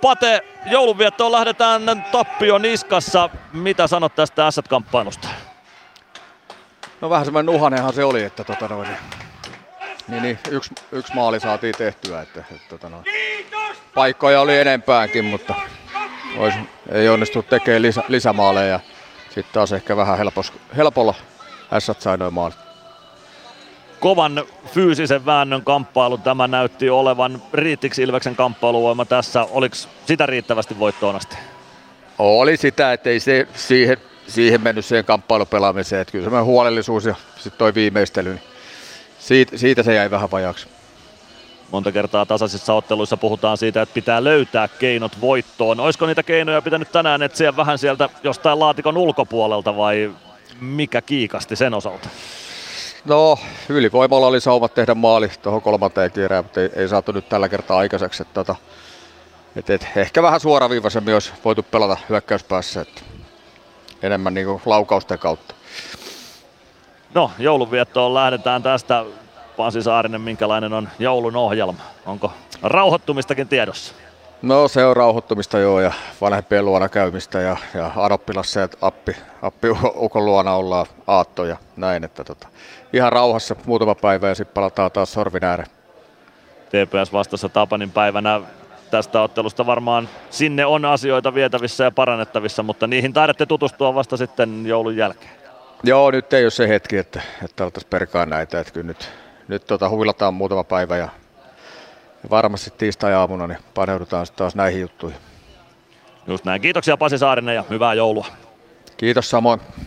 Pate, joulunviettoon lähdetään tappio niskassa. Mitä sanot tästä Ässät-kamppailusta? No vähän semmoinen nuhanenhan se oli, että yksi maali saatiin tehtyä. Paikkoja oli enempäänkin, mutta ei onnistu tekemään lisämaaleja. Sitten taas ehkä vähän helpolla Ässät sai noin maalit. Kovan fyysisen väännön kamppailu tämä näytti olevan. Riittikö Ilveksen kamppailuvoima tässä? Oliko sitä riittävästi voittoon asti? Oli sitä, ettei se siihen mennyt siihen kamppailupelaamiseen. Että kyllä semmoinen huolellisuus ja sitten toi viimeistely, niin siitä se jäi vähän vajaaksi. Monta kertaa tasaisissa otteluissa puhutaan siitä, että pitää löytää keinot voittoon. Olisiko niitä keinoja pitänyt tänään etsiä vähän sieltä jostain laatikon ulkopuolelta vai mikä kiikasti sen osalta? No, ylivoimalla oli saumat tehdä maali tuohon kolmanteen kierään, mutta ei saatu nyt tällä kertaa aikaiseksi. Ehkä vähän suoraviivaisemmin olisi voitu pelata hyökkäyspäässä, että enemmän niin kuin laukausten kautta. No, joulunviettoon lähdetään tästä. Pasi Saarinen, minkälainen on joulun ohjelma? Onko rauhoittumistakin tiedossa? No se on rauhoittumista joo ja vanhempien luona käymistä ja Anoppilassa ja appiukon luona ollaan aatto ja näin. Että ihan rauhassa muutama päivä ja sitten palataan taas sorvin ääreen. TPS vastassa Tapanin päivänä. Tästä ottelusta varmaan sinne on asioita vietävissä ja parannettavissa, mutta niihin taidatte tutustua vasta sitten joulun jälkeen. Joo, nyt ei ole se hetki, että alettaisiin perkaa näitä. Että kyllä nyt huvilataan muutama päivä ja varmasti tiistai-aamuna niin paneudutaan taas näihin juttuihin. Just näin. Kiitoksia Pasi Saarinen ja hyvää joulua. Kiitos samoin.